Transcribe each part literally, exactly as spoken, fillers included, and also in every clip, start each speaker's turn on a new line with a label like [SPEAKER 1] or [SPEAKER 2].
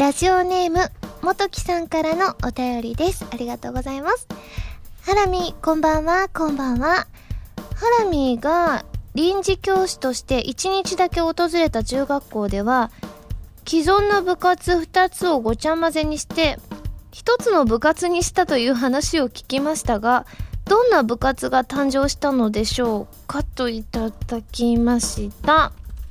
[SPEAKER 1] ラジオネームもときさんからのお便りです。ありがとうございます。ハラミこんばんは。こんばんは。ハラミが臨時教師としていちにちだけ訪れた中学校では、既存の部活ふたつをごちゃ混ぜにしてひとつの部活にしたという話を聞きましたが、どんな部活が誕生したのでしょうか、といただきました。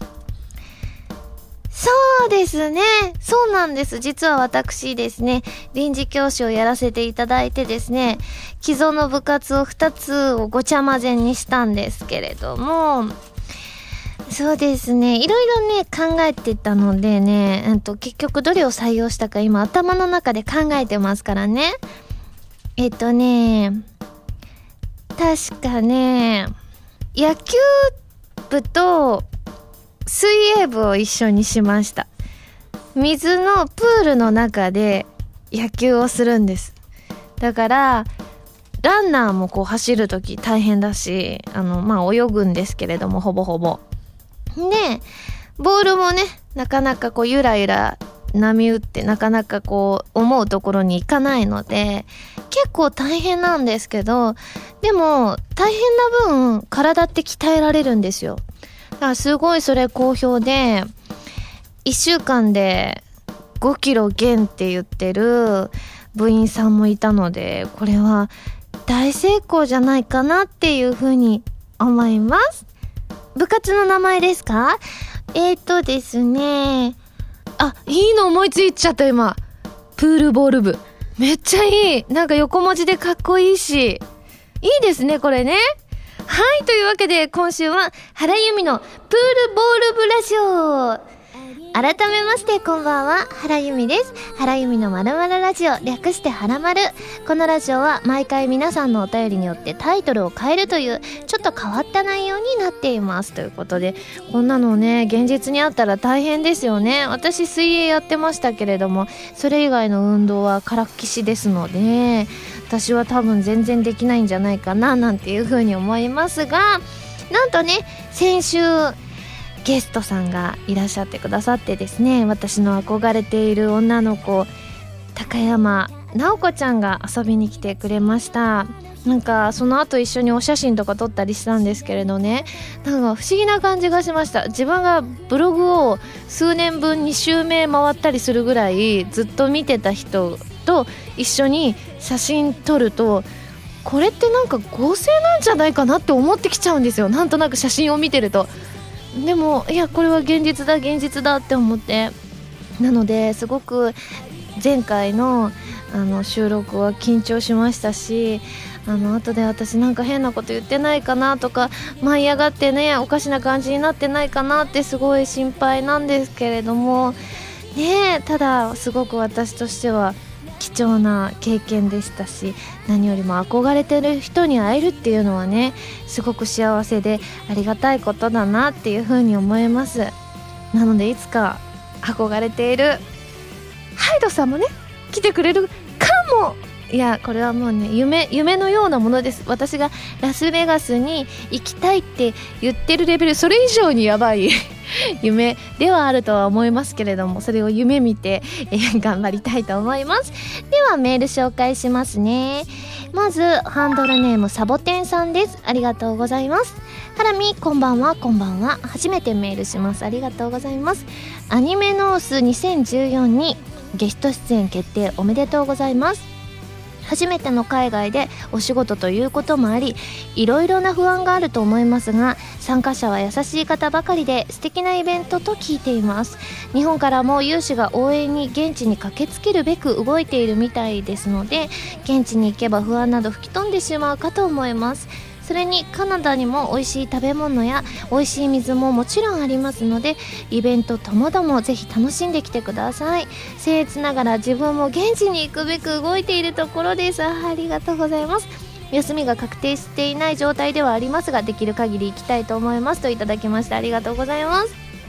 [SPEAKER 1] そうですね。そうなんです。実は私ですね、臨時教師をやらせていただいてですね、既存の部活をふたつをごちゃ混ぜにしたんですけれども、そうですね、いろいろね考えてたのでね、うんと結局どれを採用したか今頭の中で考えてますからね。えっとね確かね野球部と水泳部を一緒にしました。水のプールの中で野球をするんです。だからランナーもこう走るとき大変だし、あのまあ泳ぐんですけれども、ほぼほぼでボールもねなかなかこうゆらゆら波打ってなかなかこう思うところに行かないので結構大変なんですけど、でも大変な分体って鍛えられるんですよ。だからすごいそれ好評で、いっしゅうかんでごキロ減って言ってる部員さんもいたので、これは大成功じゃないかなっていうふうに思います。部活の名前ですか？えーとですね、あ、いいの思いついちゃった今。プールボール部。めっちゃいい。なんか横文字でかっこいいし、いいですねこれね。はい、というわけで今週は原由美のプールボール部ラジオ。改めましてこんばんは、原由美です。原由美のまるまるラジオ、略してはらまる。このラジオは毎回皆さんのお便りによってタイトルを変えるというちょっと変わった内容になっていますということで、こんなのね現実にあったら大変ですよね。私水泳やってましたけれども、それ以外の運動はからっきしですので、私は多分全然できないんじゃないかななんていう風に思いますが、なんとね先週ゲストさんがいらっしゃってくださってですね、私の憧れている女の子高山直子ちゃんが遊びに来てくれました。なんかその後一緒にお写真とか撮ったりしたんですけれどね、なんか不思議な感じがしました。自分がブログを数年分に周目回ったりするぐらいずっと見てた人と一緒に写真撮ると、これってなんか合成なんじゃないかなって思ってきちゃうんですよ。なんとなく写真を見てると。でもいやこれは現実だ現実だって思って、なのですごく前回のあの収録は緊張しましたし、あの後で私なんか変なこと言ってないかなとか、舞い上がってねおかしな感じになってないかなってすごい心配なんですけれどもね。えただすごく私としては貴重な経験でしたし、何よりも憧れてる人に会えるっていうのはねすごく幸せでありがたいことだなっていうふうに思います。なのでいつか憧れているハイドさんもね来てくれるかも。いやこれはもうね夢夢のようなものです。私がラスベガスに行きたいって言ってるレベル、それ以上にやばい夢ではあるとは思いますけれども、それを夢見て、えー、頑張りたいと思います。ではメール紹介しますね。まずハンドルネームサボテンさんです。ありがとうございます。ハラミこんばんは。こんばんは。初めてメールします。ありがとうございます。アニメノースにせんじゅうよんにゲスト出演決定おめでとうございます。初めての海外でお仕事ということもあり、いろいろな不安があると思いますが、参加者は優しい方ばかりで素敵なイベントと聞いています。日本からも有志が応援に現地に駆けつけるべく動いているみたいですので、現地に行けば不安など吹き飛んでしまうかと思います。それにカナダにも美味しい食べ物や美味しい水ももちろんありますので、イベントともどもぜひ楽しんできてください。僭越ながら自分も現地に行くべく動いているところです。 あ, ありがとうございます。休みが確定していない状態ではありますが、できる限り行きたいと思いますといただきました。ありがとうございます。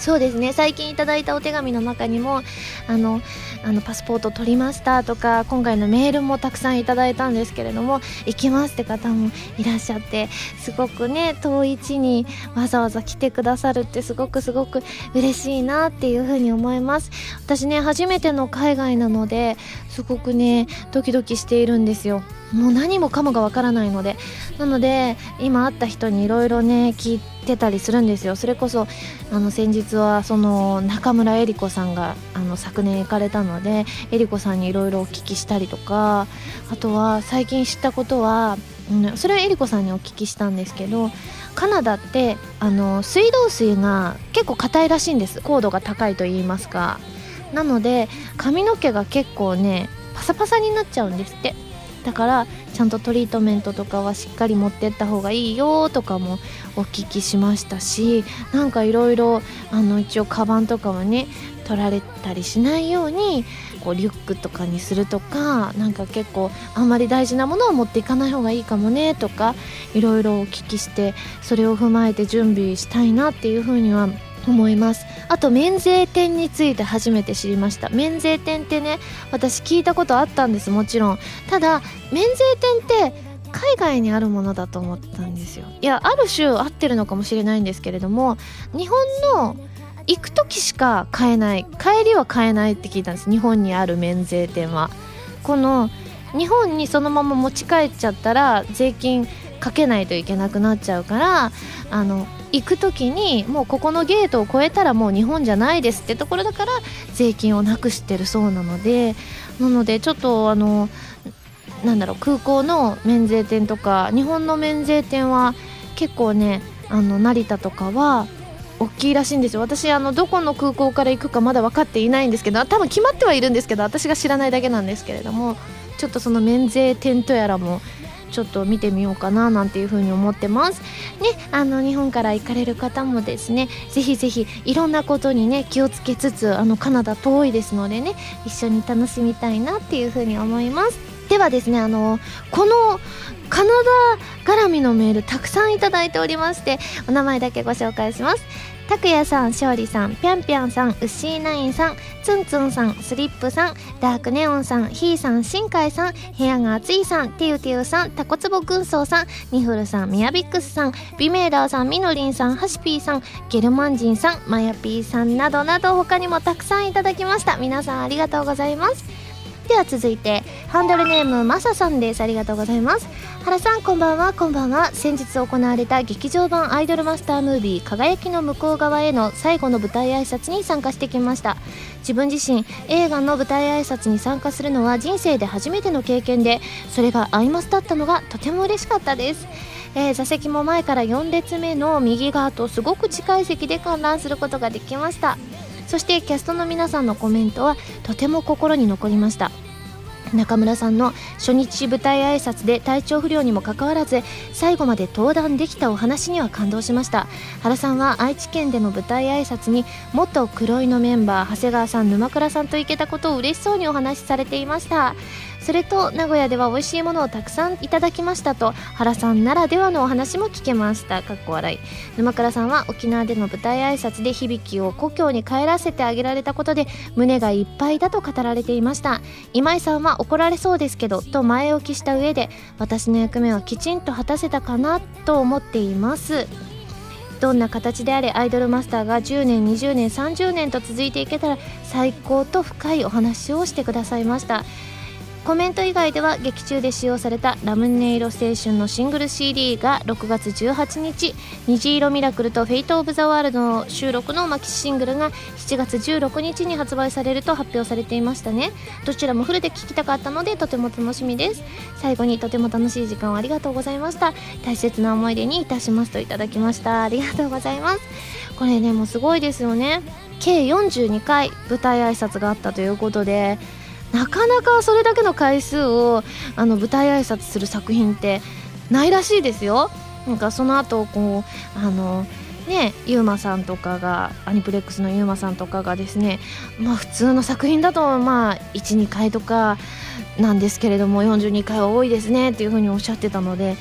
[SPEAKER 1] そうですね、最近いただいたお手紙の中にもあのあのパスポート取りましたとか、今回のメールもたくさんいただいたんですけれども、行きますって方もいらっしゃって、すごくね遠い地にわざわざ来てくださるってすごくすごく嬉しいなっていうふうに思います。私ね初めての海外なのですごくねドキドキしているんですよ。もう何もかもがわからないので、なので今会った人にいろいろね聞いてたりするんですよ。それこそあの先日はその中村江里子さんがあの昨年行かれたので、江里子さんにいろいろお聞きしたりとか、あとは最近知ったことは、うん、それは江里子さんにお聞きしたんですけど、カナダってあの水道水が結構硬いらしいんです。硬度が高いと言いますか。なので髪の毛が結構ねパサパサになっちゃうんですって。だからちゃんとトリートメントとかはしっかり持ってった方がいいよとかもお聞きしましたし、なんかいろいろあの一応カバンとかはね取られたりしないようにこうリュックとかにするとか、なんか結構あんまり大事なものは持っていかない方がいいかもねとかいろいろお聞きして、それを踏まえて準備したいなっていうふうには思います。あと免税店について初めて知りました。免税店ってね私聞いたことあったんです、もちろん。ただ免税店って海外にあるものだと思ったんですよ。いやある種合ってるのかもしれないんですけれども、日本の行く時しか買えない、帰りは買えないって聞いたんです。日本にある免税店はこの日本にそのまま持ち帰っちゃったら税金かけないといけなくなっちゃうから、あの行く時にもうここのゲートを越えたらもう日本じゃないですってところだから税金をなくしてるそうなので、なのでちょっとあのなんだろう、空港の免税店とか日本の免税店は結構ね、あの成田とかは大きいらしいんですよ。私あのどこの空港から行くかまだ分かっていないんですけど、多分決まってはいるんですけど私が知らないだけなんですけれども、ちょっとその免税店とやらもちょっと見てみようかななんていう風に思ってますね。あの日本から行かれる方もですね、ぜひぜひいろんなことにね気をつけつつ、あのカナダ遠いですのでね一緒に楽しみたいなっていう風に思います。ではですね、あのこのカナダ絡みのメールたくさんいただいておりまして、お名前だけご紹介します。たくやさん、勝利さん、ぴゃんぴゃんさん、うっしーナインさん、つんつんさん、スリップさん、ダークネオンさん、ひーさん、しんかいさん、部屋が暑いさん、てゆてゆさん、たこつぼ軍曹さん、ニフルさん、ミヤビックスさん、ビメーダーさん、みのりんさん、はしぴーさん、ゲルマンジンさん、マヤピーさんなどなど他にもたくさんいただきました。皆さんありがとうございます。では続いてハンドルネームマサさんです。ありがとうございます。原さんこんばんは。こんばんは。先日行われた劇場版アイドルマスタームービー輝きの向こう側への最後の舞台挨拶に参加してきました。自分自身映画の舞台挨拶に参加するのは人生で初めての経験で、それがアイマスだったのがとても嬉しかったです。えー、座席も前からよん列目の右側とすごく近い席で観覧することができました。そしてキャストの皆さんのコメントはとても心に残りました。中村さんの初日舞台挨拶で体調不良にもかかわらず最後まで登壇できたお話には感動しました。原さんは愛知県での舞台挨拶に元黒いのメンバー長谷川さん、沼倉さんと行けたことを嬉しそうにお話しされていました。それと名古屋では美味しいものをたくさんいただきましたと原さんならではのお話も聞けました。かっこ笑い。沼倉さんは沖縄での舞台挨拶で響を故郷に帰らせてあげられたことで胸がいっぱいだと語られていました。今井さんは怒られそうですけどと前置きした上で、私の役目はきちんと果たせたかなと思っています。どんな形であれアイドルマスターがじゅうねん、にじゅうねん、さんじゅうねんと続いていけたら最高と深いお話をしてくださいました。コメント以外では劇中で使用されたラムネ色青春のシングル シーディー がろくがつじゅうはちにち、虹色ミラクルとフェイトオブザワールドの収録のマキシシングルがしちがつじゅうろくにちに発売されると発表されていましたね。どちらもフルで聴きたかったのでとても楽しみです。最後にとても楽しい時間をありがとうございました。大切な思い出にいたしますといただきました。ありがとうございます。これねもうすごいですよね。計よんじゅうにかい舞台挨拶があったということで、なかなかそれだけの回数をあの舞台挨拶する作品ってないらしいですよ。なんかその後こうあのねユーマさんとかがアニプレックスのユーマさんとかがですね、まあ普通の作品だとまあ いち,に 回とかなんですけれどもよんじゅうにかいは多いですねっていう風におっしゃってたので、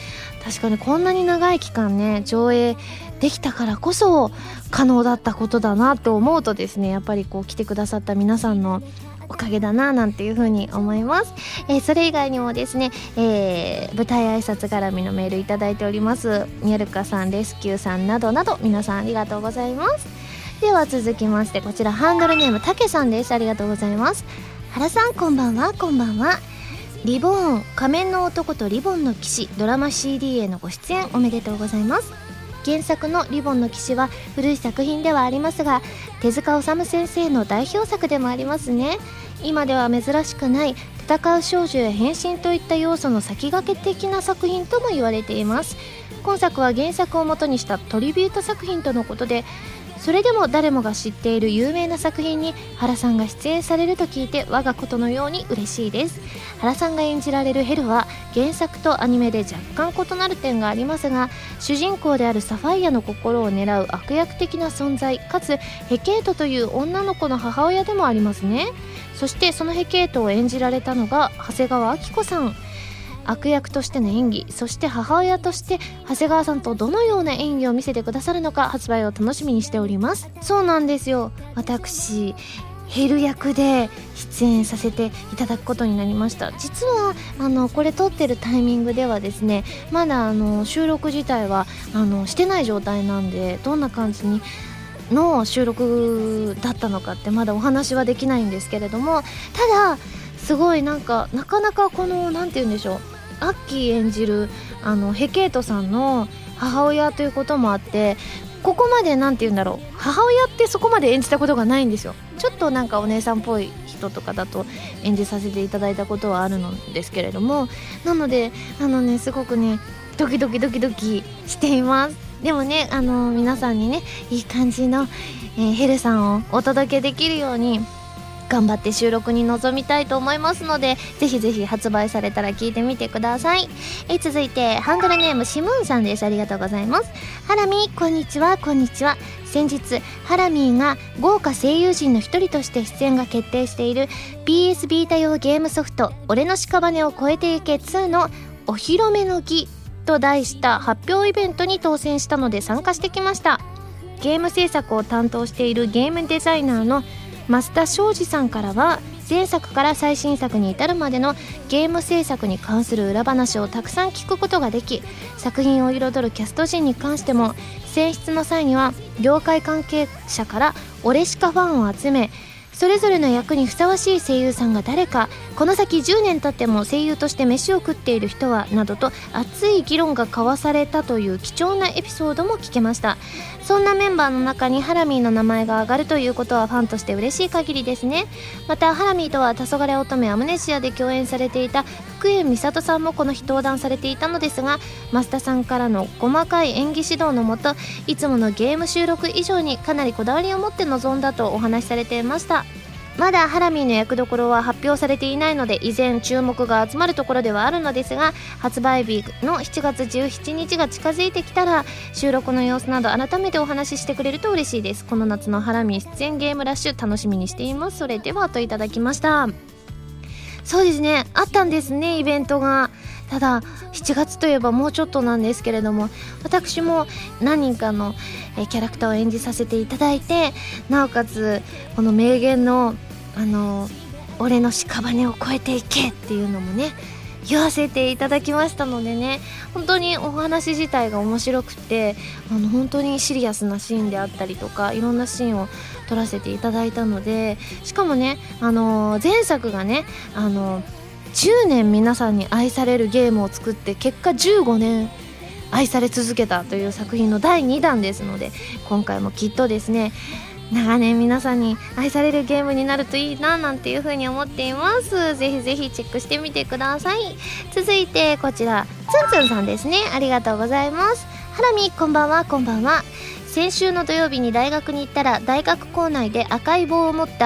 [SPEAKER 1] 確かにこんなに長い期間ね上映できたからこそ可能だったことだなと思うとですね、やっぱりこう来てくださった皆さんのおかげだななんていう風に思います。えー、それ以外にもですね、えー、舞台挨拶絡みのメールいただいております。にゃるかさん、レスキューさんなどなど皆さんありがとうございます。では続きまして、こちらハンドルネームたけさんです。ありがとうございます。原さんこんばんは。こんばんは。リボーン仮面の男とリボンの騎士ドラマ シーディー へのご出演おめでとうございます。原作のリボンの騎士は古い作品ではありますが、手塚治虫先生の代表作でもありますね。今では珍しくない戦う少女や変身といった要素の先駆け的な作品とも言われています。今作は原作を元にしたトリビュート作品とのことで、それでも誰もが知っている有名な作品に原さんが出演されると聞いて我がことのように嬉しいです。原さんが演じられるヘルは原作とアニメで若干異なる点がありますが、主人公であるサファイアの心を狙う悪役的な存在かつヘケートという女の子の母親でもありますね。そしてそのヘケートを演じられたのが長谷川明子さん。悪役としての演技、そして母親として長谷川さんとどのような演技を見せてくださるのか発売を楽しみにしております。そうなんですよ、私ヘル役で出演させていただくことになりました。実はあのこれ撮ってるタイミングではですね、まだあの収録自体はあのしてない状態なんで、どんな感じにの収録だったのかってまだお話はできないんですけれども、ただすごいなんかなかなかこのなんて言うんでしょう、アッキー演じるあのヘケートさんの母親ということもあって、ここまでなんて言うんだろう、母親ってそこまで演じたことがないんですよ。ちょっとなんかお姉さんっぽい人とかだと演じさせていただいたことはあるのですけれども、なのであのねすごくねドキドキドキドキしています。でもねあの皆さんにねいい感じの、えー、ヘルさんをお届けできるように頑張って収録に臨みたいと思いますので、ぜひぜひ発売されたら聞いてみてください。え続いてハンドルネームシムーンさんです。ありがとうございます。ハラミこんにちは。こんにちは。先日ハラミーが豪華声優陣の一人として出演が決定している ピーエス ビータ用ゲームソフト俺の屍を越えていけツーのお披露目の儀と題した発表イベントに当選したので参加してきました。ゲーム制作を担当しているゲームデザイナーの増田昌司さんからは、前作から最新作に至るまでのゲーム制作に関する裏話をたくさん聞くことができ、作品を彩るキャスト陣に関しても選出の際には業界関係者から俺しかファンを集め、それぞれの役にふさわしい声優さんが誰か、この先じゅうねん経っても声優として飯を食っている人はなどと熱い議論が交わされたという貴重なエピソードも聞けました。そんなメンバーの中にハラミーの名前が挙がるということはファンとして嬉しい限りですね。またハラミーとは黄昏乙女アムネシアで共演されていた福江美里さんもこの日登壇されていたのですが、増田さんからの細かい演技指導のもと、いつものゲーム収録以上にかなりこだわりを持って臨んだとお話しされていました。まだハラミーの役どころは発表されていないので依然注目が集まるところではあるのですが、発売日のしちがつじゅうしちにちが近づいてきたら収録の様子など改めてお話ししてくれると嬉しいです。この夏のハラミー出演ゲームラッシュ楽しみにしています。それではといただきました。そうですね、あったんですね、イベントが。ただしちがつといえばもうちょっとなんですけれども、私も何人かのえキャラクターを演じさせていただいて、なおかつこの名言のあの俺の屍を越えていけっていうのもね言わせていただきましたのでね、本当にお話自体が面白くて、あの本当にシリアスなシーンであったりとかいろんなシーンを撮らせていただいたので、しかもねあの前作がねあのじゅうねん皆さんに愛されるゲームを作って結果じゅうごねん愛され続けたという作品のだいにだんですので、今回もきっとですね長年皆さんに愛されるゲームになるといいななんていう風に思っています。ぜひぜひチェックしてみてください。続いてこちらツンツンさんですね。ありがとうございます。ハラミこんばんは。こんばんは。先週の土曜日に大学に行ったら大学校内で赤い棒を持った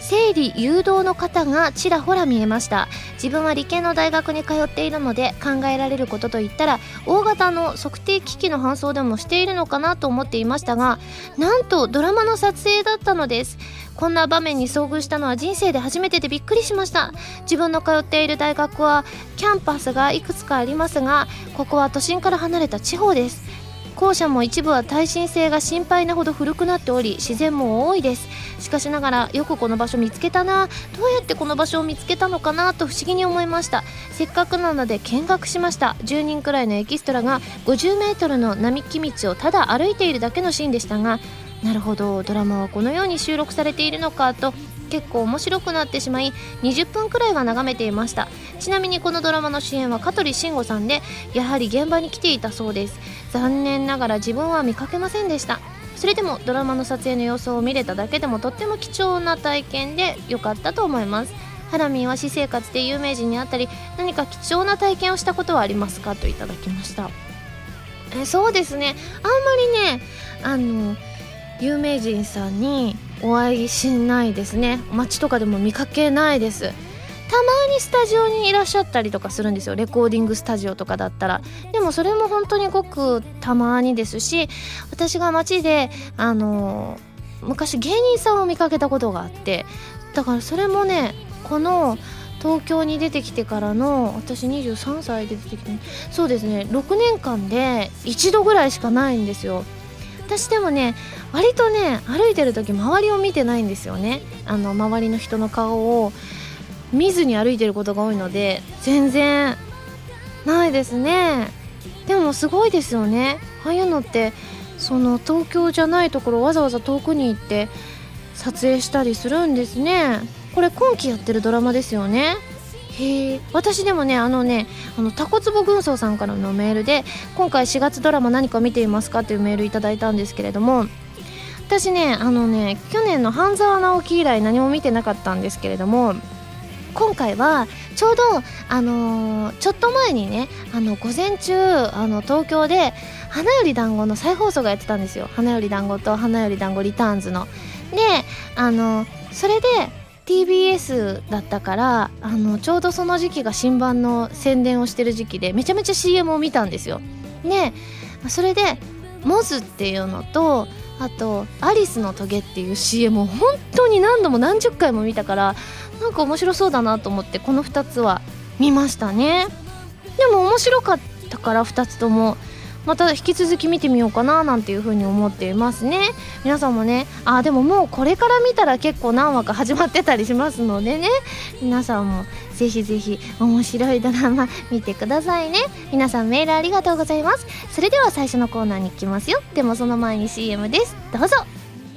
[SPEAKER 1] 生理誘導の方がちらほら見えました。自分は理系の大学に通っているので、考えられることといったら大型の測定機器の搬送でもしているのかなと思っていましたが、なんとドラマの撮影だったのです。こんな場面に遭遇したのは人生で初めてでびっくりしました。自分の通っている大学はキャンパスがいくつかありますが、ここは都心から離れた地方です。校舎も一部は耐震性が心配なほど古くなっており、自然も多いです。しかしながらよくこの場所見つけたな、どうやってこの場所を見つけたのかなと不思議に思いました。せっかくなので見学しました。じゅうにんくらいのエキストラがごじゅうメートルの並木道をただ歩いているだけのシーンでしたが、なるほど、ドラマはこのように収録されているのかと結構面白くなってしまい、にじゅっぷんくらいは眺めていました。ちなみにこのドラマの主演は香取慎吾さんで、やはり現場に来ていたそうです。残念ながら自分は見かけませんでした。それでもドラマの撮影の様子を見れただけでもとっても貴重な体験で良かったと思います。ハラミンは私生活で有名人に会ったり何か貴重な体験をしたことはありますかといただきました。えそうですね、あんまりねあの有名人さんにお会いしないですね。街とかでも見かけないです。たまにスタジオにいらっしゃったりとかするんですよ、レコーディングスタジオとかだったら。でもそれも本当にごくたまにですし、私が街であの昔芸人さんを見かけたことがあって、だからそれもねこの東京に出てきてからの、私にじゅうさんさいで出てきて、ね、そうですねろくねんかんで一度ぐらいしかないんですよ。私でもね割とね歩いてる時周りを見てないんですよね。あの周りの人の顔を見ずに歩いてることが多いので全然ないですね。でもすごいですよね、ああいうのって。その東京じゃないところわざわざ遠くに行って撮影したりするんですね。これ今期やってるドラマですよね。へえ。私でもねあのねあのタコツボ軍曹さんからのメールで、今回しがつドラマ何か見ていますかというメールいただいたんですけれども、私ねあのね去年の半沢直樹以来何も見てなかったんですけれども、今回はちょうどあのー、ちょっと前にねあの午前中あの東京で花より団子の再放送がやってたんですよ。花より団子と花より団子リターンズので、あのそれでティービーエス だったから、あのちょうどその時期が新版の宣伝をしてる時期でめちゃめちゃ シーエム を見たんですよ。でそれでモズっていうのと、あとアリスのトゲっていう シーエム を本当に何度も何十回も見たから、なんか面白そうだなと思ってこのふたつは見ましたね。でも面白かったからふたつともまた引き続き見てみようかななんていう風に思っていますね。皆さんもね、あでももうこれから見たら結構何話か始まってたりしますのでね、皆さんもぜひぜひ面白いドラマ見てくださいね。皆さんメールありがとうございます。それでは最初のコーナーに行きますよ。でもその前に シーエム です。どうぞ。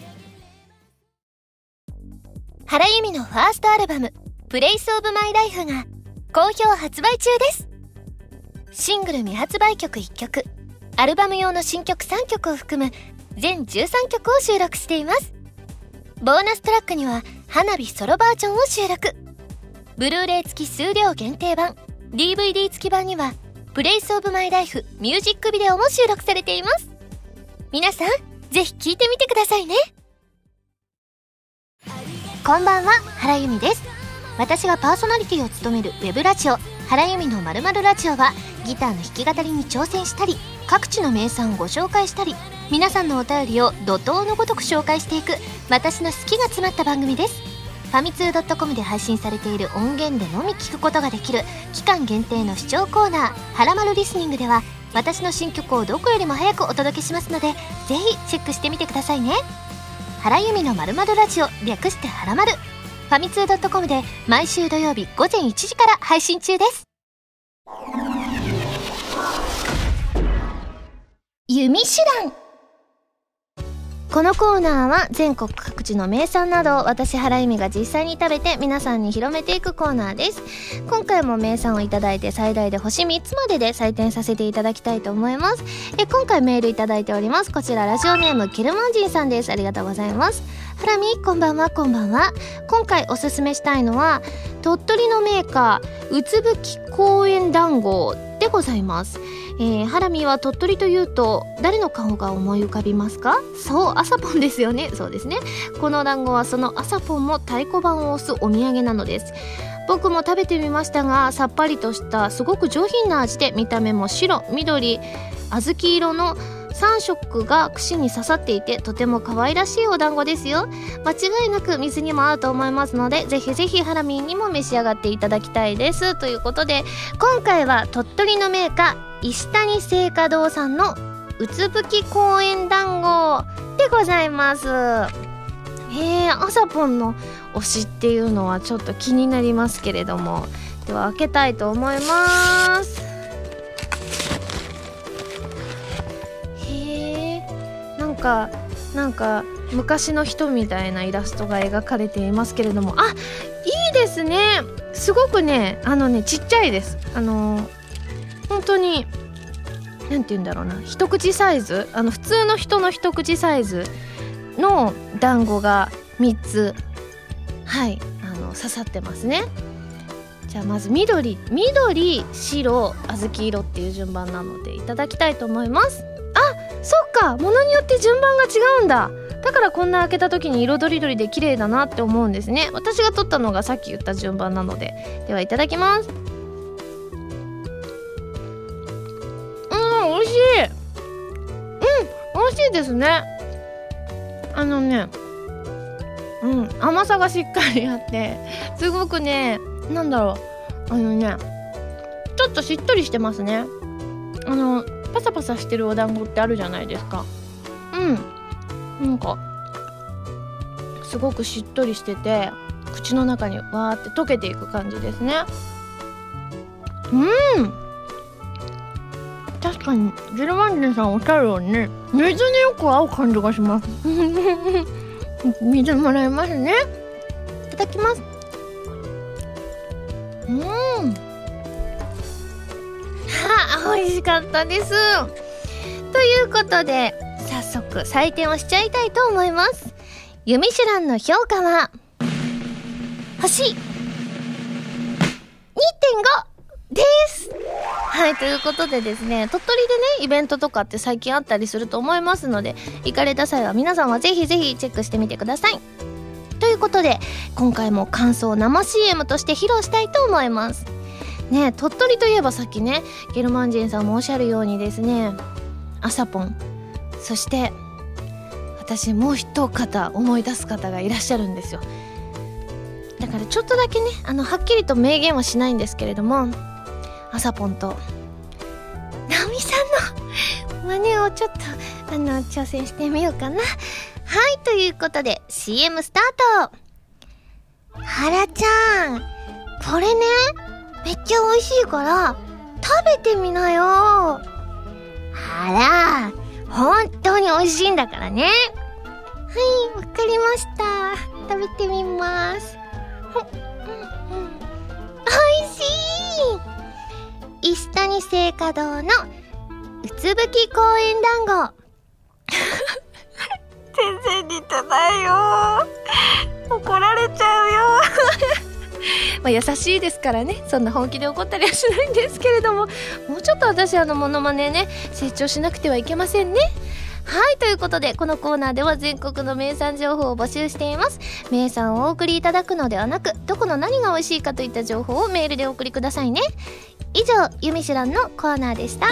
[SPEAKER 2] 原由美のファーストアルバムプレイスオブマイライフが好評発売中です。シングル未発売曲いっきょく、アルバム用の新曲さんきょくを含む全じゅうさんきょくを収録しています。ボーナストラックには花火ソロバージョンを収録。ブルーレイ付き数量限定版、 ディーブイディー 付き版にはプレイスオブマイライフミュージックビデオも収録されています。皆さんぜひ聴いてみてくださいね。こんばんは、原由美です。私がパーソナリティを務めるウェブラジオ原由美の〇〇ラジオは、ギターの弾き語りに挑戦したり、各地の名産をご紹介したり、皆さんのお便りを怒涛のごとく紹介していく私の好きが詰まった番組です。ファミツー .com で配信されている音源でのみ聞くことができる期間限定の視聴コーナー「はらまるリスニング」では、私の新曲をどこよりも早くお届けしますので、ぜひチェックしてみてくださいね。原由美の〇〇ラジオ、略してはらまる。ファミツー .com で毎週土曜日ごぜんいちじから配信中です。ゆみしゅらん。
[SPEAKER 1] このコーナーは全国各地の名産などを私原由美が実際に食べて皆さんに広めていくコーナーです。今回も名産をいただいて最大で星みっつまでで採点させていただきたいと思います。え今回メールいただいております。こちらラジオネームケルマンジンさんです。ありがとうございます。ハラミこんばんは。こんばんは。今回おすすめしたいのは鳥取のメーカーうつぶき公園団子でございます。 えー、ハラミは鳥取というと誰の顔が思い浮かびますか？そう、アサポンですよね。そうですね。この団子はそのアサポンも太鼓判を押すお土産なのです。僕も食べてみましたが、さっぱりとしたすごく上品な味で、見た目も白、緑、小豆色のさん色が串に刺さっていて、とても可愛らしいお団子ですよ。間違いなく水にも合うと思いますので、ぜひぜひハラミーにも召し上がっていただきたいです。ということで、今回は鳥取のメーカー石谷製菓堂さんのうつぶき公園団子でございます。へー、アサポンの推しっていうのはちょっと気になりますけれども、では開けたいと思います。へー、なんかなんか昔の人みたいなイラストが描かれていますけれども、あ、いいですね。すごくね、あのね、ちっちゃいです。あの本当になんて言うんだろうな、一口サイズ、あの普通の人の一口サイズの団子がみっつ、はい、あの刺さってますね。じゃあまず緑緑白小豆色っていう順番なのでいただきたいと思います。あ、そっか、ものによって順番が違うんだ。だからこんな開けた時に色とりどりで綺麗だなって思うんですね。私が取ったのがさっき言った順番なので。ではいただきます。うん、美味しい。うん、美味しいですね。あのね、うん、甘さがしっかりあってすごくね、なんだろう、あのね、ちょっとしっとりしてますね。あのパサパサしてるお団子ってあるじゃないですか。うん、なんかすごくしっとりしてて、口の中にわーって溶けていく感じですね。うん、確かにジルマンデンさんおっしゃるようにね、水によく合う感じがします水もらいますね。いただきます。うん、はあ、美味しかったです。ということで早速採点をしちゃいたいと思います。ユミシュランの評価は星 にてんご です。はい、ということでですね、鳥取でね、イベントとかって最近あったりすると思いますので、行かれた際は皆さんはぜひぜひチェックしてみてください。ということで、今回も感想を生 シーエム として披露したいと思いますね。鳥取といえばさっきね、ゲルマン人さんもおっしゃるようにですね、アサポン、そして私もう一方思い出す方がいらっしゃるんですよ。だからちょっとだけね、あのはっきりと明言はしないんですけれども、アサポンとナオミさんの真似をちょっとあの挑戦してみようかな。はい、ということで シーエム スタート。はらちゃん、これね、めっちゃ美味しいから食べてみなよ。はら、本当に美味しいんだからね。はい、わかりました。食べてみます。美味しい。石谷製菓堂のうつぶき公園団子全然似てないよ。怒られちゃうよまあ優しいですからね、そんな本気で怒ったりはしないんですけれども、もうちょっと私あのモノマネね、成長しなくてはいけませんね。はい、ということでこのコーナーでは全国の名産情報を募集しています。名産をお送りいただくのではなく、どこの何が美味しいかといった情報をメールでお送りくださいね。以上、ユミシュランのコーナーでした。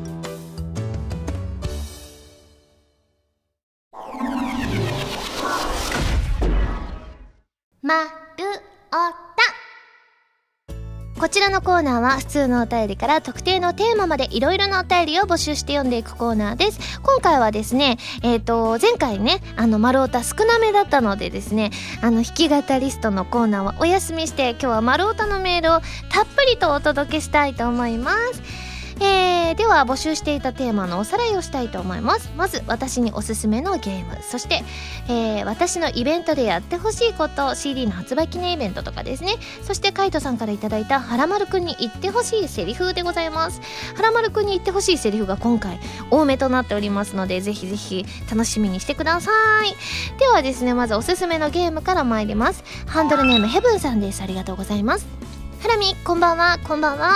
[SPEAKER 1] まるおた。こちらのコーナーは普通のお便りから特定のテーマまでいろいろなお便りを募集して読んでいくコーナーです。今回はですね、えっと前回ね、あの丸太少なめだったのでですね、あの弾き語リストのコーナーはお休みして、今日は丸太のメールをたっぷりとお届けしたいと思います。えー、では募集していたテーマのおさらいをしたいと思います。まず私におすすめのゲーム、そして、えー、私のイベントでやってほしいこと、 シーディー の発売記念イベントとかですね。そしてカイトさんからいただいたはらまるくんに言ってほしいセリフでございます。はらまるくんに言ってほしいセリフが今回多めとなっておりますので、ぜひぜひ楽しみにしてください。ではですね、まずおすすめのゲームから参ります。ハンドルネームヘブンさんです。ありがとうございます。ハラミ、こんばんは。こんばんは。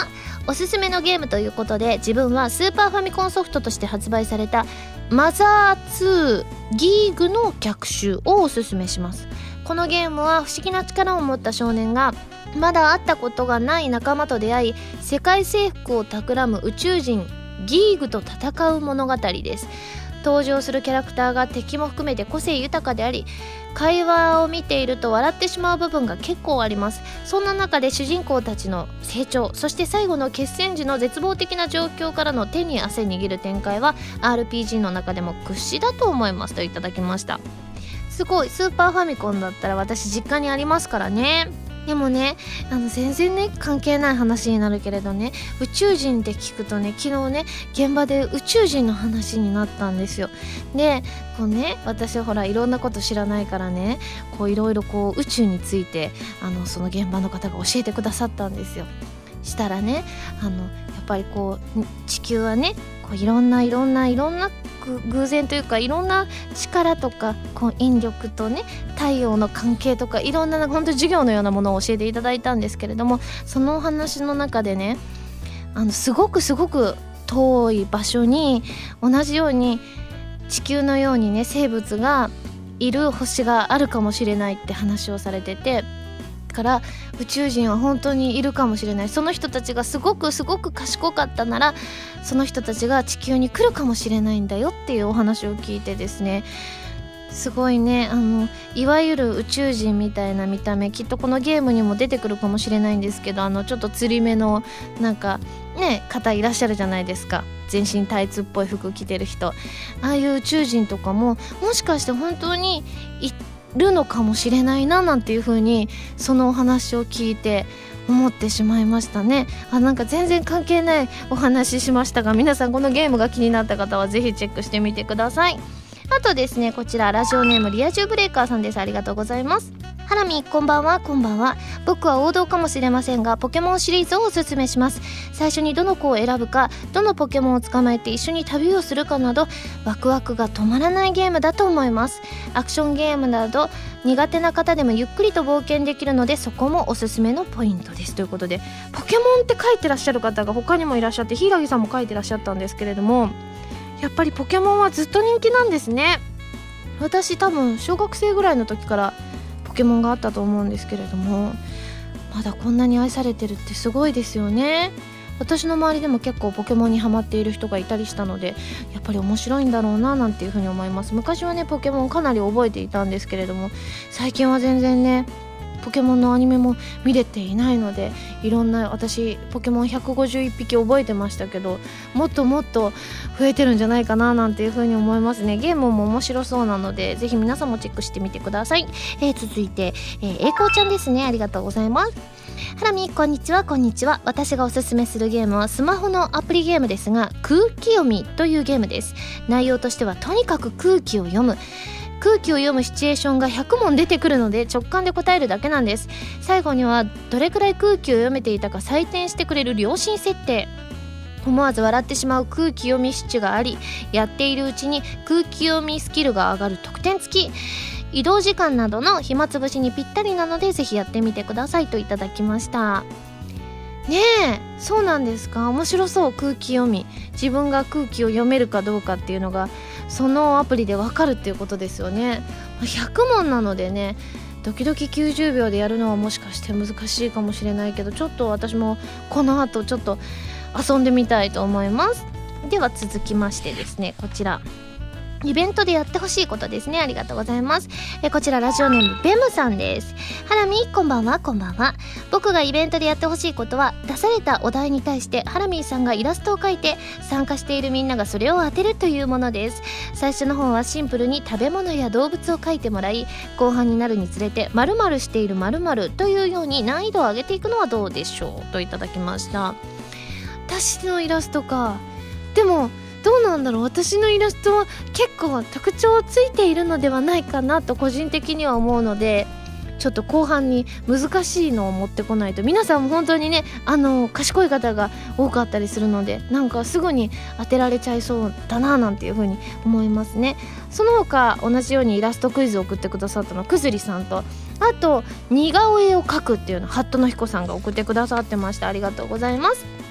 [SPEAKER 1] おすすめのゲームということで、自分はスーパーファミコンソフトとして発売されたマザーツーギーグの逆襲をおすすめします。このゲームは不思議な力を持った少年がまだ会ったことがない仲間と出会い、世界征服を企む宇宙人ギーグと戦う物語です。登場するキャラクターが敵も含めて個性豊かであり、会話を見ていると笑ってしまう部分が結構あります。そんな中で主人公たちの成長、そして最後の決戦時の絶望的な状況からの手に汗握る展開は アールピージー の中でも屈指だと思いますといただきました。すごい、スーパーファミコンだったら私実家にありますからね。でもね、あの全然ね関係ない話になるけれどね、宇宙人って聞くとね、昨日ね現場で宇宙人の話になったんですよ。でこうね、私ほらいろんなこと知らないからね、こういろいろこう宇宙についてあのその現場の方が教えてくださったんですよ。したらね、あのやっぱりこう地球はね、こういろんないろんないろんな偶然というかいろんな力とかこう引力とね太陽の関係とかいろんな本当に授業のようなものを教えていただいたんですけれども、そのお話の中でね、あのすごくすごく遠い場所に同じように地球のようにね生物がいる星があるかもしれないって話をされてて、から宇宙人は本当にいるかもしれない、その人たちがすごくすごく賢かったならその人たちが地球に来るかもしれないんだよっていうお話を聞いてですね、すごいね、あのいわゆる宇宙人みたいな見た目、きっとこのゲームにも出てくるかもしれないんですけど、あのちょっとつり目のなんかね方いらっしゃるじゃないですか、全身タイツっぽい服着てる人、ああいう宇宙人とかももしかして本当にいるのかもしれないななんていう風にそのお話を聞いて思ってしまいましたね。あ、なんか全然関係ないお話しましたが、皆さんこのゲームが気になった方はぜひチェックしてみてください。あとですね、こちらラジオネームリア充ブレイカーさんです。ありがとうございます。ハラミこんばんは。こんばんは。僕は王道かもしれませんがポケモンシリーズをおすすめします。最初にどの子を選ぶか、どのポケモンを捕まえて一緒に旅をするかなどワクワクが止まらないゲームだと思います。アクションゲームなど苦手な方でもゆっくりと冒険できるので、そこもおすすめのポイントですということで、ポケモンって書いてらっしゃる方が他にもいらっしゃって、柊さんも書いてらっしゃったんですけれども、やっぱりポケモンはずっと人気なんですね。私多分小学生ぐらいの時からポケモンがあったと思うんですけれども、まだこんなに愛されてるってすごいですよね。私の周りでも結構ポケモンにハマっている人がいたりしたので、やっぱり面白いんだろうななんていうふうに思います。昔はねポケモンかなり覚えていたんですけれども、最近は全然ねポケモンのアニメも見れていないので、いろんな、私ポケモンひゃくごじゅういっぴき覚えてましたけど、もっともっと増えてるんじゃないかななんていう風に思いますね。ゲームも面白そうなのでぜひ皆さんもチェックしてみてください。えー、続いて、えー、栄光ちゃんですね。ありがとうございます。ハラミこんにちは。こんにちは。私がおすすめするゲームはスマホのアプリゲームですが、空気読みというゲームです。内容としてはとにかく空気を読む、空気を読むシチュエーションがひゃくもん出てくるので直感で答えるだけなんです。最後にはどれくらい空気を読めていたか採点してくれる良心設定、思わず笑ってしまう空気読みシチュがあり、やっているうちに空気読みスキルが上がる特典付き、移動時間などの暇つぶしにぴったりなのでぜひやってみてくださいといただきました。ねえ、そうなんですか。面白そう。空気読み、自分が空気を読めるかどうかっていうのがそのアプリで分かるっていうことですよね。ひゃくもんなのでね、ドキドキきゅうじゅうびょうでやるのはもしかして難しいかもしれないけど、ちょっと私もこの後ちょっと遊んでみたいと思います。では続きましてですね、こちらイベントでやってほしいことですね。ありがとうございます。えこちらラジオネームベムさんです。ハラミこんばんは。こんばんは。僕がイベントでやってほしいことは、出されたお題に対してハラミさんがイラストを描いて参加しているみんながそれを当てるというものです。最初の方はシンプルに食べ物や動物を描いてもらい、後半になるにつれて〇〇している〇〇というように難易度を上げていくのはどうでしょうといただきました。私のイラストか。でもどうなんだろう、私のイラストは結構特徴ついているのではないかなと個人的には思うので、ちょっと後半に難しいのを持ってこないと。皆さんも本当にね、あの賢い方が多かったりするので、なんかすぐに当てられちゃいそうだななんていう風に思いますね。その他同じようにイラストクイズを送ってくださったのはくずりさんと、あと似顔絵を描くっていうのハットの彦さんが送ってくださってました。ありがとうございます。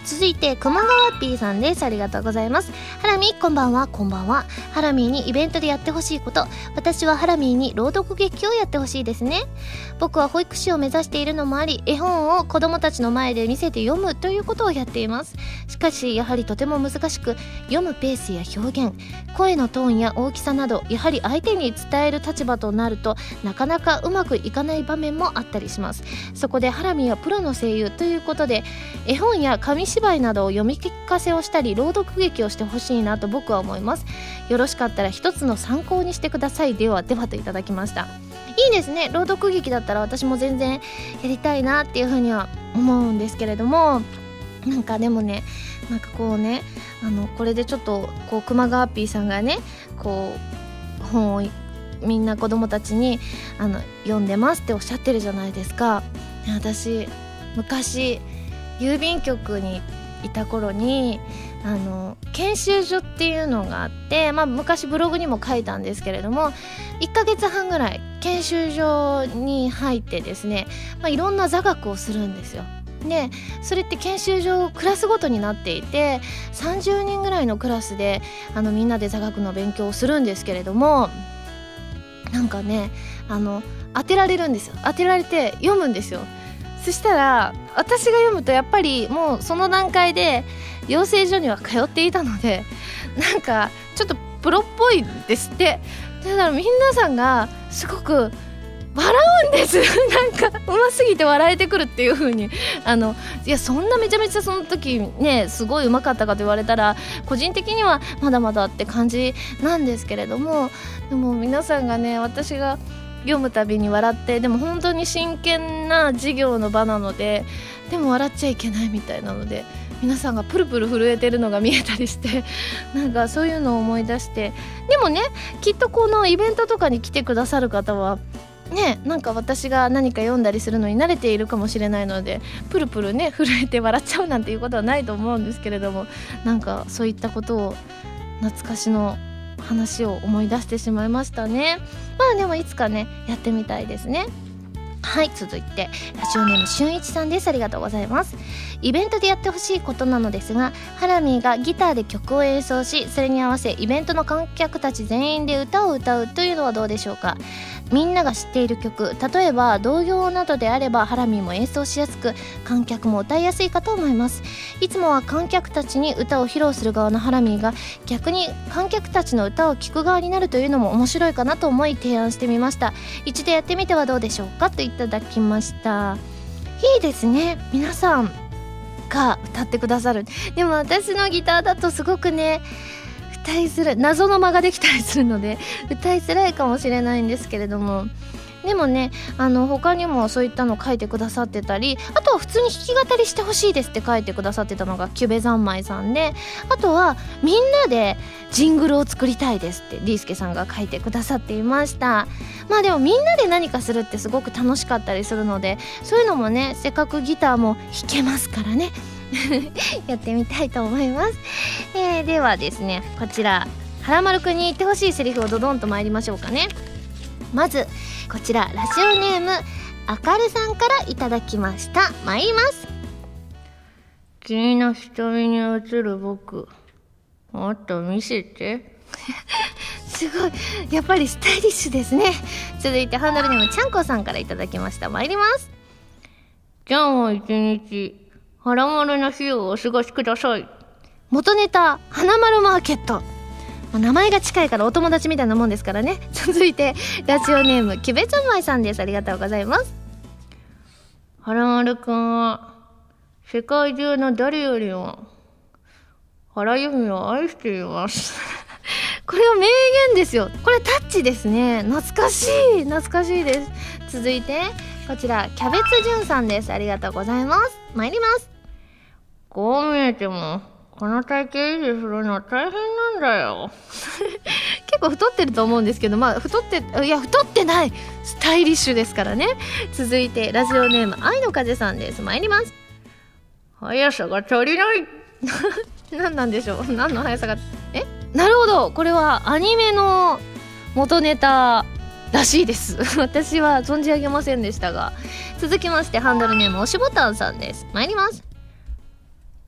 [SPEAKER 1] 続いて熊川 P さんです。ありがとうございます。ハラミこんばんは。こんばんは。ハラミーにイベントでやってほしいこと、私はハラミーに朗読劇をやってほしいですね。僕は保育士を目指しているのもあり、絵本を子供たちの前で見せて読むということをやっています。しかしやはりとても難しく、読むペースや表現、声のトーンや大きさなど、やはり相手に伝える立場となるとなかなかうまくいかない場面もあったりします。そこでハラミーはプロの声優ということで、絵本や紙芝居などを読み聞かせをしたり朗読劇をしてほしいなと僕は思います。よろしかったら一つの参考にしてください。ではではといただきました。いいですね。朗読劇だったら私も全然やりたいなっていうふうには思うんですけれども、なんかでもね、なんかこうね、あのこれでちょっとこう熊川 P さんがね、こう本をみんな子供たちにあの読んでますっておっしゃってるじゃないですか。私昔郵便局にいた頃にあの研修所っていうのがあって、まあ、昔ブログにも書いたんですけれども、いっかげつはんぐらい研修所に入ってですね、まあ、いろんな座学をするんですよ。でそれって研修所クラスごとになっていて、さんじゅうにんぐらいのクラスであのみんなで座学の勉強をするんですけれども、なんかね、あの当てられるんですよ。当てられて読むんですよ。そしたら私が読むとやっぱりもうその段階で養成所には通っていたので、なんかちょっとプロっぽいですって。だからみんなさんがすごく笑うんですなんかうますぎて笑えてくるっていう風に、あのいやそんなめちゃめちゃその時ねすごいうまかったかと言われたら個人的にはまだまだって感じなんですけれども、でも皆さんがね、私が読むたびに笑って、でも本当に真剣な授業の場なので、でも笑っちゃいけないみたいなので皆さんがプルプル震えてるのが見えたりして、なんかそういうのを思い出して、でもねきっとこのイベントとかに来てくださる方はね、なんか私が何か読んだりするのに慣れているかもしれないので、プルプルね震えて笑っちゃうなんていうことはないと思うんですけれども、なんかそういったことを懐かしの話を思い出してしまいましたね。まあでもいつかねやってみたいですね。はい、続いてラジオネームしゅんいちさんです。ありがとうございます。イベントでやってほしいことなのですが、ハラミーがギターで曲を演奏し、それに合わせイベントの観客たち全員で歌を歌うというのはどうでしょうか。みんなが知っている曲、例えば童謡などであればハラミーも演奏しやすく、観客も歌いやすいかと思います。いつもは観客たちに歌を披露する側のハラミーが逆に観客たちの歌を聴く側になるというのも面白いかなと思い提案してみました。一度やってみてはどうでしょうか、といただきました。いいですね、皆さんが歌ってくださる。でも私のギターだとすごくね歌いづらい、謎の間ができたりするので歌いづらいかもしれないんですけれども、でもね、あの他にもそういったの書いてくださってたり、あとは普通に弾き語りしてほしいですって書いてくださってたのがキュベ三昧さんで、あとはみんなでジングルを作りたいですってリースケさんが書いてくださっていました。まあでもみんなで何かするってすごく楽しかったりするので、そういうのもね、せっかくギターも弾けますからねやってみたいと思います。えー、ではですね、こちらはらまるくんに言ってほしいセリフをドドンと参りましょうかね。まずこちらラジオネームあかるさんからいただきました。参ります。君の瞳に映る僕、もっと見せてすごい、やっぱりスタイリッシュですね。続いてハンドルネームちゃんこさんからいただきました。参ります。今日も一日はらまるの日をお過ごしください。元ネタ花丸マーケット、名前が近いからお友達みたいなもんですからね。続いてラジオネームキベツンマイさんです。ありがとうございます。はらまるくんは世界中の誰よりも原由美を愛していますこれは名言ですよ。これタッチですね。懐かしい懐かしいです。続いてこちらキャベツジュンさんです。ありがとうございます。参ります。こう見えてもこの体型維持するのは大変なんだよ結構太ってると思うんですけど、まあ太っていや太ってない、スタイリッシュですからね。続いてラジオネーム愛の風さんです。参ります。速さが足りない何なんでしょう、何の速さが、えなるほど、これはアニメの元ネタらしいです私は存じ上げませんでしたが。続きましてハンドルネーム押しボタンさんです。参ります。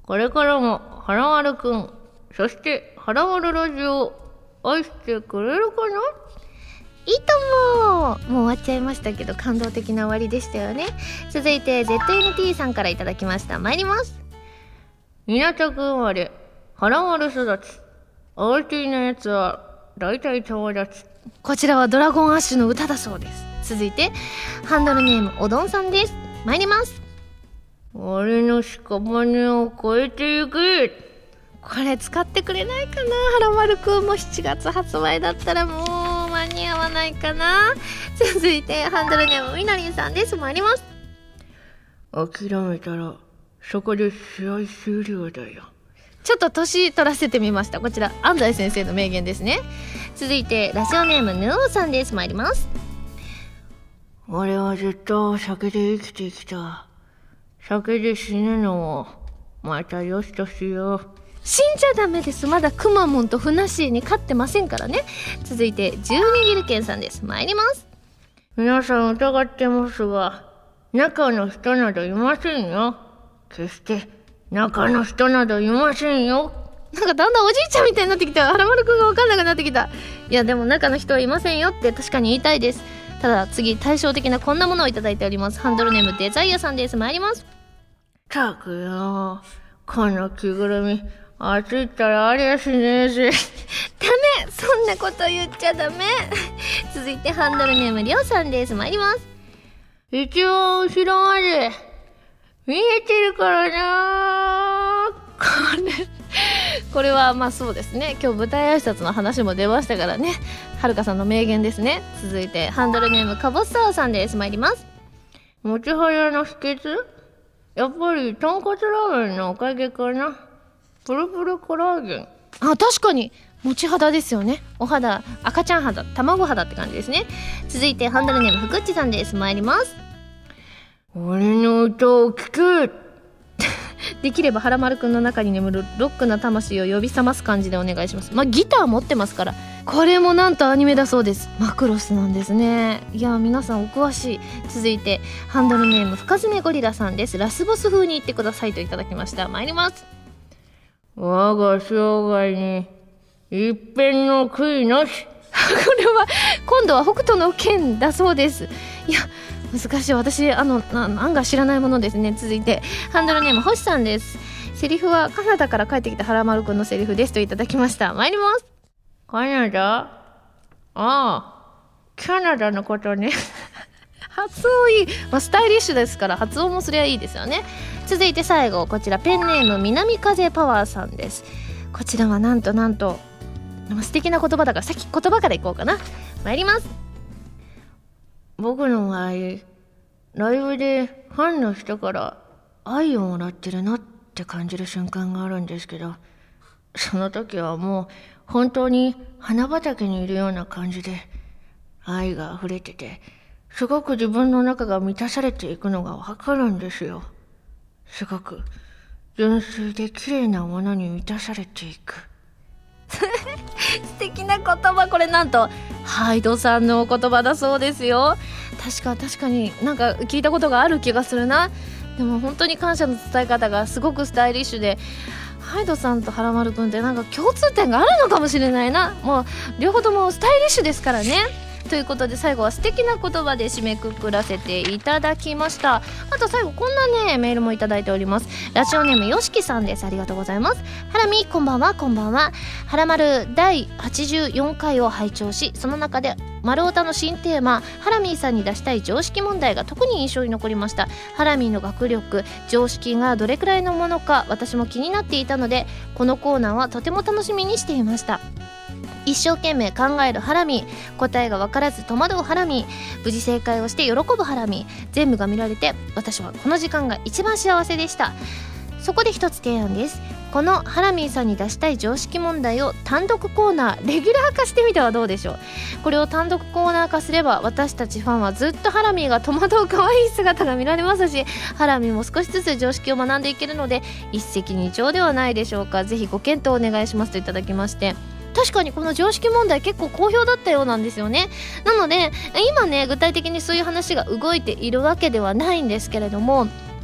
[SPEAKER 3] これからもはらまるくん、そしてはらまるラジオを愛してくれるかな。
[SPEAKER 1] いいとも。もう終わっちゃいましたけど感動的な終わりでしたよね。続いて ゼットエヌティー さんからいただきました。参ります。
[SPEAKER 3] 港区生まれ、はらまる育ち、アーティーなやつは大体友達。
[SPEAKER 1] こちらはドラゴンアッシュの歌だそうです。続いてハンドルネームおどんさんです。参ります。
[SPEAKER 3] 俺の屍を越えていく。
[SPEAKER 1] これ使ってくれないかな。はらまるくんもしちがつ発売だったらもう間に合わないかな。続いてハンドルネームみなりんさんです。参ります。
[SPEAKER 3] 諦めたらそこで試合終了だよ。
[SPEAKER 1] ちょっと年取らせてみました。こちら安西先生の名言ですね。続いてラジオネームヌオさんです。参ります。
[SPEAKER 3] 俺はずっと酒で生きてきた。酒で死ぬのもまたよしとしよう。
[SPEAKER 1] 死んじゃダメです。まだくまモンとふなっしーに勝ってませんからね。続いてじゅうにぎるけんさんです。参ります。
[SPEAKER 3] 皆さん疑ってますが、中の人などいませんよ。決して中の人などいませんよ。
[SPEAKER 1] なんかだんだんおじいちゃんみたいになってきた。はらまるくんが分かんなくなってきた。いやでも中の人はいませんよって確かに言いたいです。ただ次対照的なこんなものをいただいております。ハンドルネームデザイアさんです。参ります。
[SPEAKER 3] たくよ、この着ぐるみ暑いったらありゃしねえし。
[SPEAKER 1] ダメ、そんなこと言っちゃダメ。続いてハンドルネームりょうさんです。参ります。
[SPEAKER 3] 一番後ろまで見えてるからな。
[SPEAKER 1] これこれはまあそうですね。今日舞台挨拶の話も出ましたからね。はるかさんの名言ですね。続いてハンドルネームかぼっさわさんです。参ります。
[SPEAKER 3] もちはやの秘訣、やっぱり豚骨ラーメンのおかげかな。プルプルコラーゲン。
[SPEAKER 1] あ、確かにもち肌ですよね。お肌赤ちゃん肌、卵肌って感じですね。続いてハンドルネームふくっちさんです。参ります。
[SPEAKER 3] 俺の歌を聴く。
[SPEAKER 1] できればはらまるくんの中に眠るロックな魂を呼び覚ます感じでお願いします。まあギター持ってますから。これもなんとアニメだそうです。マクロスなんですね。いや皆さんお詳しい。続いてハンドルネーム深爪ゴリラさんです。ラスボス風に言ってくださいといただきました。参ります。
[SPEAKER 3] 我が生涯に一片の悔いなし。
[SPEAKER 1] これは今度は北斗の拳だそうです。いや難しい。私あのな案外知らないものですね。続いてハンドルネーム星さんです。セリフはカナダから帰ってきたはらまるくんのセリフですといただきました。参ります。
[SPEAKER 3] カナダ？ああ、キャナダのことね。
[SPEAKER 1] 発音いい、まあ、スタイリッシュですから発音もすりゃいいですよね。続いて最後こちらペンネーム南風パワーさんです。こちらはなんとなんと素敵な言葉だからさっき言葉からいこうかな。参ります。
[SPEAKER 3] 僕の場合ライブでファンの人から愛をもらってるなって感じる瞬間があるんですけど、その時はもう本当に花畑にいるような感じで愛が溢れてて、すごく自分の中が満たされていくのがわかるんですよ。すごく純粋で綺麗なものに満たされていく。
[SPEAKER 1] 素敵な言葉。これなんとハイドさんのお言葉だそうですよ。確か確かになんか聞いたことがある気がするな。でも本当に感謝の伝え方がすごくスタイリッシュで、ハイドさんとはらまるくんってなんか共通点があるのかもしれないな。もう両方ともスタイリッシュですからね。ということで最後は素敵な言葉で締めくくらせていただきました。あと最後こんなねメールもいただいております。ラジオネームよしきさんです。ありがとうございます。ハラミこんばんは。こんばんは。はらまるだいはちじゅうよんかいを拝聴し、その中で丸太の新テーマハラミーさんに出したい常識問題が特に印象に残りました。ハラミーの学力常識がどれくらいのものか私も気になっていたので、このコーナーはとても楽しみにしていました。一生懸命考えるハラミー、答えが分からず戸惑うハラミー、無事正解をして喜ぶハラミー、全部が見られて私はこの時間が一番幸せでした。そこで一つ提案です。このハラミーさんに出したい常識問題を単独コーナーレギュラー化してみてはどうでしょう。これを単独コーナー化すれば私たちファンはずっとハラミーが戸惑う可愛い姿が見られますし、ハラミーも少しずつ常識を学んでいけるので一石二鳥ではないでしょうか。ぜひご検討お願いしますといただきまして、確かにこの常識問題結構好評だったようなんですよね。なので今ね具体的にそういう話が動いているわけではないんですけれども、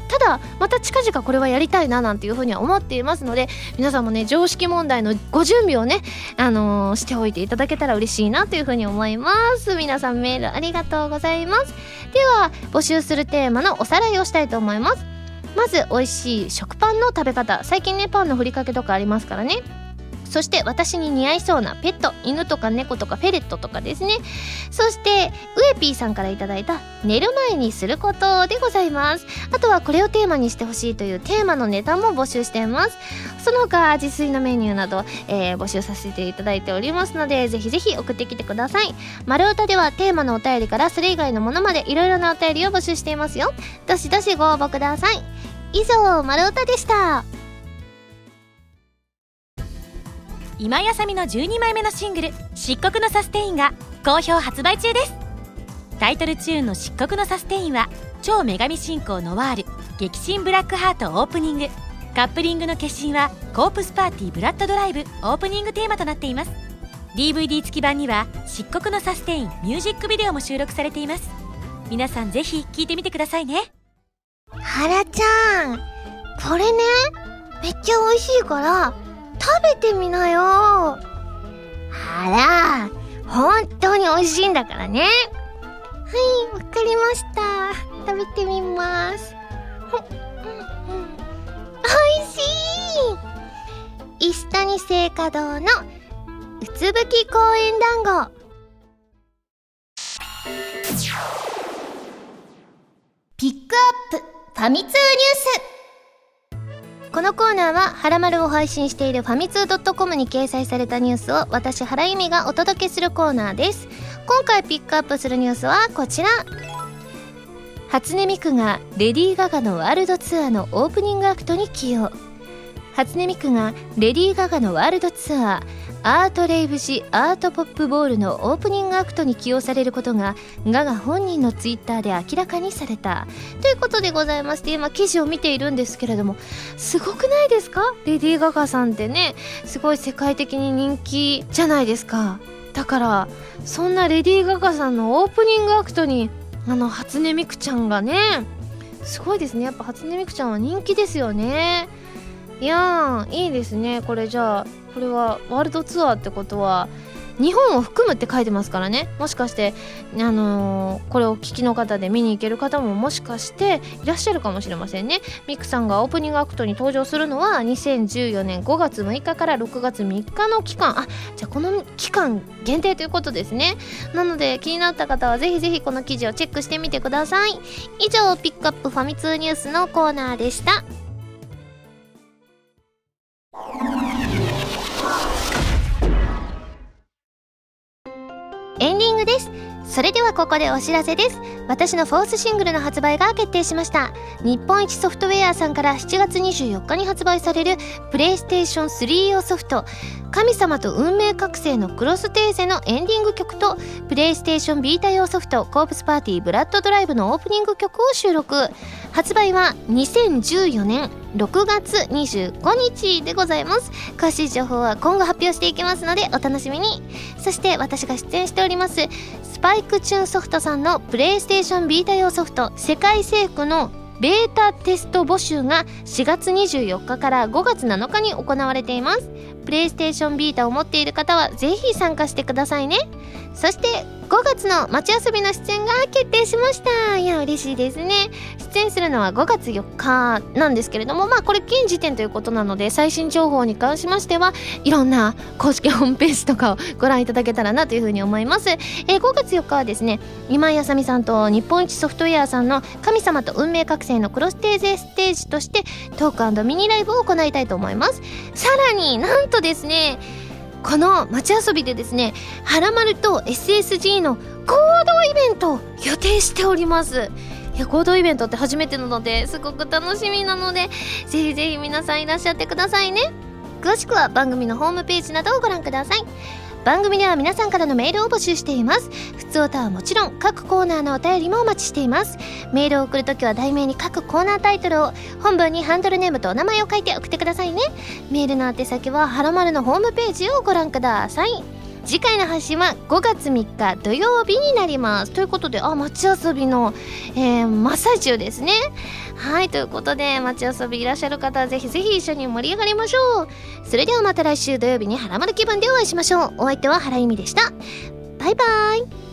[SPEAKER 1] ただまた近々これはやりたいななんていうふうには思っていますので、皆さんもね常識問題のご準備をね、あのー、しておいていただけたら嬉しいなというふうに思います。皆さんメールありがとうございます。では募集するテーマのおさらいをしたいと思います。まず美味しい食パンの食べ方、最近ねパンのふりかけとかありますからね。そして私に似合いそうなペット、犬とか猫とかフェレットとかですね。そしてウエピーさんからいただいた寝る前にすることでございます。あとはこれをテーマにしてほしいというテーマのネタも募集しています。その他自炊のメニューなど、えー、募集させていただいておりますので、ぜひぜひ送ってきてください。丸歌ではテーマのお便りからそれ以外のものまでいろいろなお便りを募集していますよ。どしどしご応募ください。以上、丸歌でした。
[SPEAKER 4] 今井あさみのじゅうにまいめのシングル「漆黒のサステイン」が好評発売中です。タイトルチューンの漆黒のサステインは超女神信仰ノワール激震ブラックハートオープニング、カップリングの決心はコープスパーティーブラッドドライブオープニングテーマとなっています。 ディーブイディー 付き版には漆黒のサステインミュージックビデオも収録されています。皆さんぜひ聴いてみてくださいね。
[SPEAKER 1] はらちゃん、これねめっちゃ美味しいから食べてみなよ。あら、本当に美味しいんだからね。はい、わかりました。食べてみます。うんうん、美味しい。石谷製菓堂のうつぶき公園団子。
[SPEAKER 2] ピックアップファミ通ニュース。
[SPEAKER 1] このコーナーははらまるを配信しているファミツー .com に掲載されたニュースを私原由美がお届けするコーナーです。今回ピックアップするニュースはこちら。初音ミクがレディー・ガガのワールドツアーのオープニングアクトに起用。初音ミクがレディー・ガガのワールドツアーアートレイブ誌アートポップボールのオープニングアクトに起用されることがガガ本人のツイッターで明らかにされたということでございまして、今記事を見ているんですけれども、すごくないですか？レディー・ガガさんってね、すごい世界的に人気じゃないですか。だからそんなレディー・ガガさんのオープニングアクトにあの初音ミクちゃんがね、すごいですね。やっぱ初音ミクちゃんは人気ですよね。いやーいいですね。これじゃあこれはワールドツアーってことは日本を含むって書いてますからね。もしかしてあのー、これを聞きの方で見に行ける方ももしかしていらっしゃるかもしれませんね。ミクさんがオープニングアクトに登場するのはにせんじゅうよねんごがつむいかからろくがつみっかの期間、あ、じゃあこの期間限定ということですね。なので気になった方はぜひぜひこの記事をチェックしてみてください。以上、ピックアップファミ通ニュースのコーナーでした。エンディングです。それではここでお知らせです。私のフォースシングルの発売が決定しました。日本一ソフトウェアさんからしちがつにじゅうよっかに発売されるプレイステーションスリー用ソフト神様と運命覚醒のクロステーゼのエンディング曲とプレイステーションビータ用ソフトコープスパーティーブラッドドライブのオープニング曲を収録。発売はにせんじゅうよねんろくがつにじゅうごにちでございます。詳しい情報は今後発表していきますのでお楽しみに。そして私が出演しておりますスパイクチューンソフトさんのプレイステーションビータ用ソフト世界征服のベータテスト募集がしがつにじゅうよっかからごがつなのかに行われています。プレイステーションビータを持っている方はぜひ参加してくださいね。そしてごがつの街遊びの出演が決定しました。いや嬉しいですね。出演するのはごがつよっかなんですけれども、まあこれ現時点ということなので最新情報に関しましてはいろんな公式ホームページとかをご覧いただけたらなというふうに思います。えー、ごがつよっかはですね、今井あさみさんと日本一ソフトウェアさんの神様と運命覚醒のクロステーゼステージとしてトーク&ミニライブを行いたいと思います。さらになんとですね、この街遊びでですね、はらまると エスエスジー の合同イベントを予定しております。いや合同イベントって初めてなのですごく楽しみなので、ぜひぜひ皆さんいらっしゃってくださいね。詳しくは番組のホームページなどをご覧ください。番組では皆さんからのメールを募集しています。ふつおたはもちろん各コーナーのお便りもお待ちしています。メールを送るときは題名に各コーナータイトルを、本文にハンドルネームとお名前を書いて送ってくださいね。メールの宛先ははらまるのホームページをご覧ください。 次回の配信はごがつみっか土曜日になります。ということで、あ、街遊びの、えー、真っ最中ですね。はい、ということで街遊びいらっしゃる方はぜひぜひ一緒に盛り上がりましょう。それではまた来週土曜日にハラマル気分でお会いしましょう。お相手は原由美でした。バイバイ。